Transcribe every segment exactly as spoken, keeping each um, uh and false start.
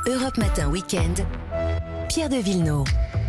Europe Matin Week-end, Pierre de Villeneuve.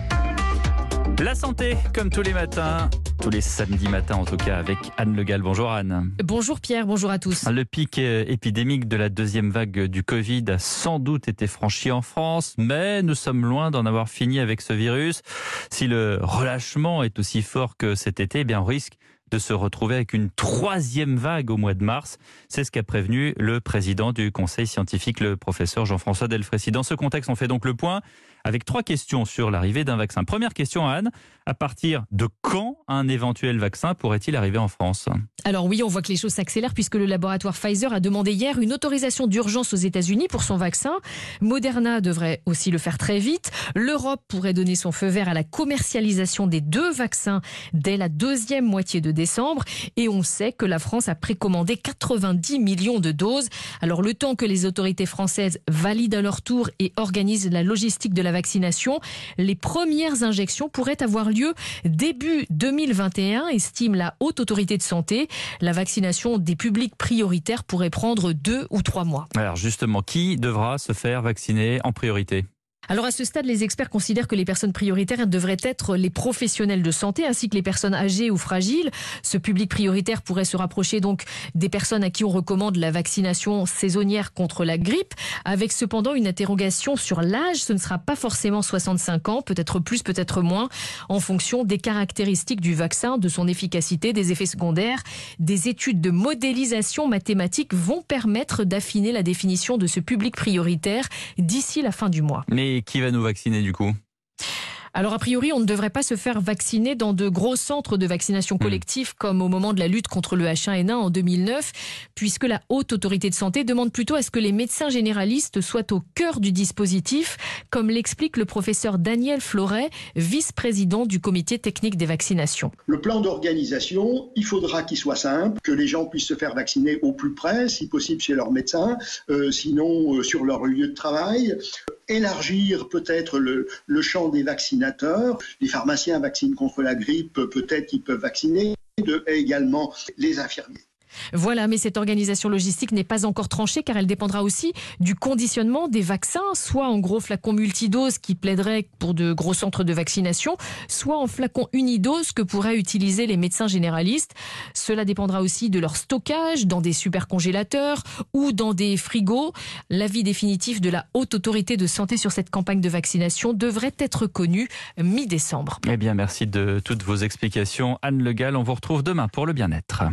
La santé, comme tous les matins, tous les samedis matins en tout cas, avec Anne Le Gall. Bonjour Anne. Bonjour Pierre, bonjour à tous. Le pic épidémique de la deuxième vague du Covid a sans doute été franchi en France, mais nous sommes loin d'en avoir fini avec ce virus. Si le relâchement est aussi fort que cet été, eh bien on risque de se retrouver avec une troisième vague au mois de mars. C'est ce qu'a prévenu le président du conseil scientifique, le professeur Jean-François Delfraissy. Dans ce contexte, on fait donc le point avec trois questions sur l'arrivée d'un vaccin. Première question, Anne, à partir de quand un éventuel vaccin pourrait-il arriver en France ? Alors oui, on voit que les choses s'accélèrent puisque le laboratoire Pfizer a demandé hier une autorisation d'urgence aux États-Unis pour son vaccin. Moderna devrait aussi le faire très vite. L'Europe pourrait donner son feu vert à la commercialisation des deux vaccins dès la deuxième moitié de décembre. Et on sait que la France a précommandé quatre-vingt-dix millions de doses. Alors le temps que les autorités françaises valident à leur tour et organisent la logistique de la vaccination, les premières injections pourraient avoir lieu début deux mille vingt et un, estime la Haute Autorité de Santé. La vaccination des publics prioritaires pourrait prendre deux ou trois mois. Alors justement, qui devra se faire vacciner en priorité ? Alors à ce stade, les experts considèrent que les personnes prioritaires devraient être les professionnels de santé ainsi que les personnes âgées ou fragiles. Ce public prioritaire pourrait se rapprocher donc des personnes à qui on recommande la vaccination saisonnière contre la grippe, avec cependant une interrogation sur l'âge. Ce ne sera pas forcément soixante-cinq ans, peut-être plus, peut-être moins, en fonction des caractéristiques du vaccin, de son efficacité, des effets secondaires. Des études de modélisation mathématique vont permettre d'affiner la définition de ce public prioritaire d'ici la fin du mois. Mais Et qui va nous vacciner du coup ? Alors a priori, on ne devrait pas se faire vacciner dans de gros centres de vaccination collective mmh. comme au moment de la lutte contre le H un N un en deux mille neuf, puisque la Haute Autorité de Santé demande plutôt à ce que les médecins généralistes soient au cœur du dispositif, comme l'explique le professeur Daniel Floret, vice-président du comité technique des vaccinations. Le plan d'organisation, il faudra qu'il soit simple, que les gens puissent se faire vacciner au plus près, si possible chez leur médecin, euh, sinon euh, sur leur lieu de travail. Élargir peut-être le, le champ des vaccinateurs. Les pharmaciens vaccinent contre la grippe, peut-être ils peuvent vacciner, de, et également les infirmiers. Voilà, mais cette organisation logistique n'est pas encore tranchée car elle dépendra aussi du conditionnement des vaccins, soit en gros flacons multidoses qui plaideraient pour de gros centres de vaccination, soit en flacons unidoses que pourraient utiliser les médecins généralistes. Cela dépendra aussi de leur stockage dans des supercongélateurs ou dans des frigos. L'avis définitif de la Haute Autorité de Santé sur cette campagne de vaccination devrait être connu mi-décembre. Eh bien, merci de toutes vos explications. Anne Le Gall, on vous retrouve demain pour le bien-être.